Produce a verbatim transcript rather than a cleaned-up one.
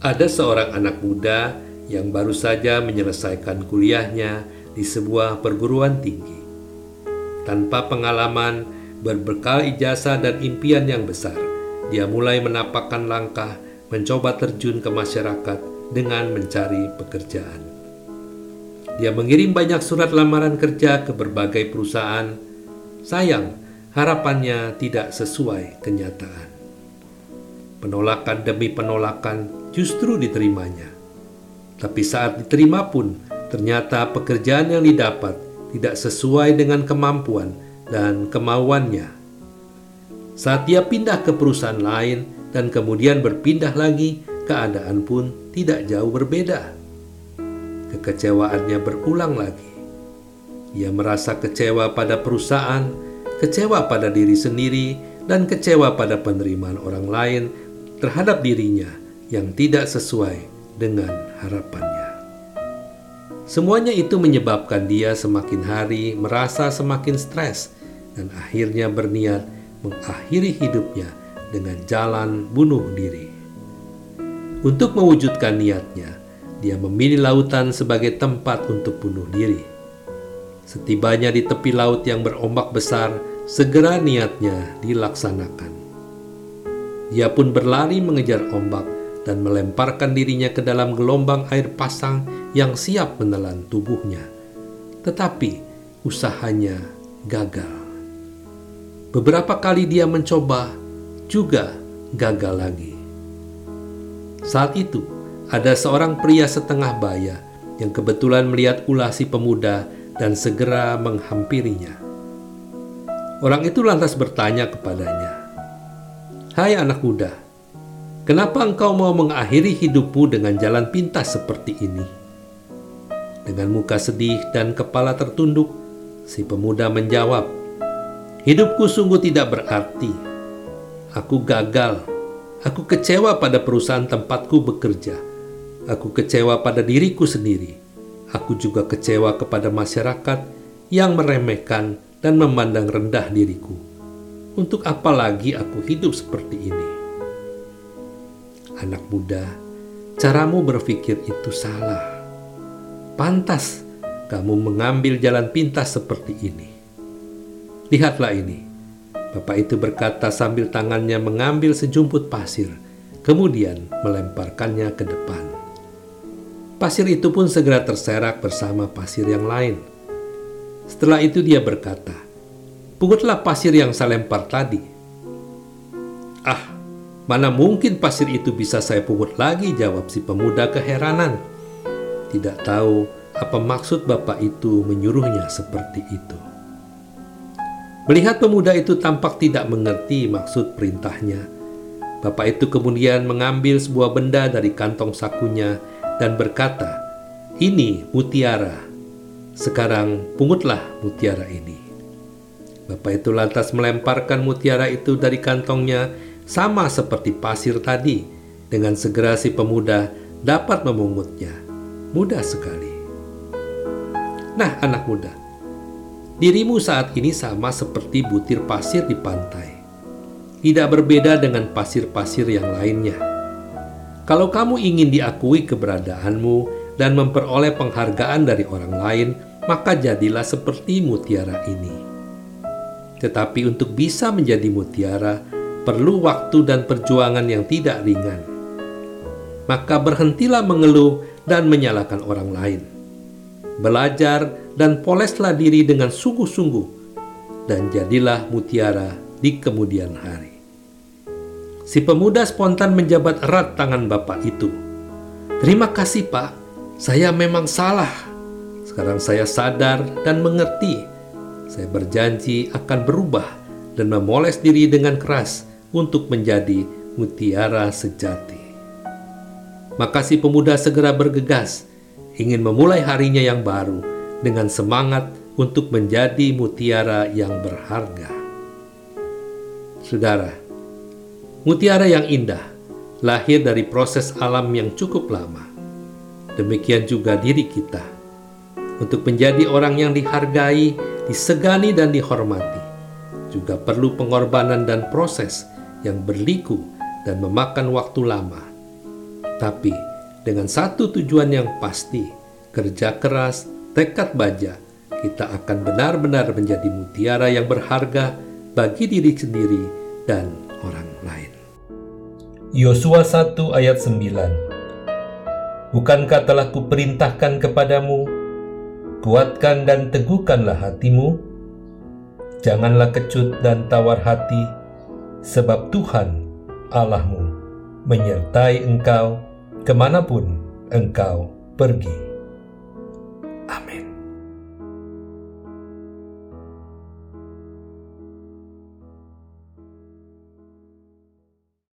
Ada seorang anak muda yang baru saja menyelesaikan kuliahnya di sebuah perguruan tinggi. Tanpa pengalaman, berbekal ijazah dan impian yang besar, dia mulai menapakkan langkah mencoba terjun ke masyarakat dengan mencari pekerjaan. Dia mengirim banyak surat lamaran kerja ke berbagai perusahaan. Sayang, harapannya tidak sesuai kenyataan. Penolakan demi penolakan justru diterimanya. Tapi saat diterima pun, ternyata pekerjaan yang didapat tidak sesuai dengan kemampuan dan kemauannya. Saat dia pindah ke perusahaan lain dan kemudian berpindah lagi, keadaan pun tidak jauh berbeda. Kekecewaannya berulang lagi. Ia merasa kecewa pada perusahaan, kecewa pada diri sendiri, dan kecewa pada penerimaan orang lain terhadap dirinya yang tidak sesuai dengan harapannya. Semuanya itu menyebabkan dia semakin hari merasa semakin stres dan akhirnya berniat mengakhiri hidupnya dengan jalan bunuh diri. Untuk mewujudkan niatnya, dia memilih lautan sebagai tempat untuk bunuh diri. Setibanya di tepi laut yang berombak besar, segera niatnya dilaksanakan. Dia pun berlari mengejar ombak dan melemparkan dirinya ke dalam gelombang air pasang yang siap menelan tubuhnya. Tetapi usahanya gagal. Beberapa kali dia mencoba, juga gagal lagi. Saat itu, ada seorang pria setengah baya yang kebetulan melihat ulah si pemuda dan segera menghampirinya. Orang itu lantas bertanya kepadanya, "Hai anak muda, kenapa engkau mau mengakhiri hidupmu dengan jalan pintas seperti ini?" Dengan muka sedih dan kepala tertunduk, si pemuda menjawab, "Hidupku sungguh tidak berarti. Aku gagal. Aku kecewa pada perusahaan tempatku bekerja. Aku kecewa pada diriku sendiri. Aku juga kecewa kepada masyarakat yang meremehkan dan memandang rendah diriku. Untuk apa lagi aku hidup seperti ini?" Anak muda, caramu berpikir itu salah. Pantas kamu mengambil jalan pintas seperti ini. Lihatlah ini. Bapak itu berkata sambil tangannya mengambil sejumput pasir, kemudian melemparkannya ke depan. Pasir itu pun segera terserak bersama pasir yang lain. Setelah itu dia berkata, "Pungutlah pasir yang saya lempar tadi." "Ah, mana mungkin pasir itu bisa saya pungut lagi," jawab si pemuda keheranan. Tidak tahu apa maksud bapak itu menyuruhnya seperti itu. Melihat pemuda itu tampak tidak mengerti maksud perintahnya, bapak itu kemudian mengambil sebuah benda dari kantong sakunya dan berkata, "Ini mutiara. Sekarang pungutlah mutiara ini." Bapak itu lantas melemparkan mutiara itu dari kantongnya sama seperti pasir tadi. Dengan segera si pemuda dapat memungutnya. Mudah sekali. Nah, anak muda, dirimu saat ini sama seperti butir pasir di pantai. Tidak berbeda dengan pasir-pasir yang lainnya. Kalau kamu ingin diakui keberadaanmu dan memperoleh penghargaan dari orang lain, maka jadilah seperti mutiara ini. Tetapi untuk bisa menjadi mutiara, perlu waktu dan perjuangan yang tidak ringan. Maka berhentilah mengeluh dan menyalahkan orang lain. Belajar dan poleslah diri dengan sungguh-sungguh, dan jadilah mutiara di kemudian hari. Si pemuda spontan menjabat erat tangan bapak itu. "Terima kasih, Pak. Saya memang salah. Sekarang saya sadar dan mengerti. Saya berjanji akan berubah dan memoles diri dengan keras untuk menjadi mutiara sejati." Maka si pemuda segera bergegas, ingin memulai harinya yang baru dengan semangat untuk menjadi mutiara yang berharga. Saudara, mutiara yang indah lahir dari proses alam yang cukup lama. Demikian juga diri kita. Untuk menjadi orang yang dihargai, disegani dan dihormati, juga perlu pengorbanan dan proses yang berliku dan memakan waktu lama. tapi dengan satu tujuan yang pasti, kerja keras, tekad baja, kita akan benar-benar menjadi mutiara yang berharga bagi diri sendiri dan orang lain. Yosua satu ayat sembilan. Bukankah telah kuperintahkan kepadamu, kuatkan dan teguhkanlah hatimu, janganlah kecut dan tawar hati, sebab Tuhan Allahmu menyertai engkau kemanapun engkau pergi.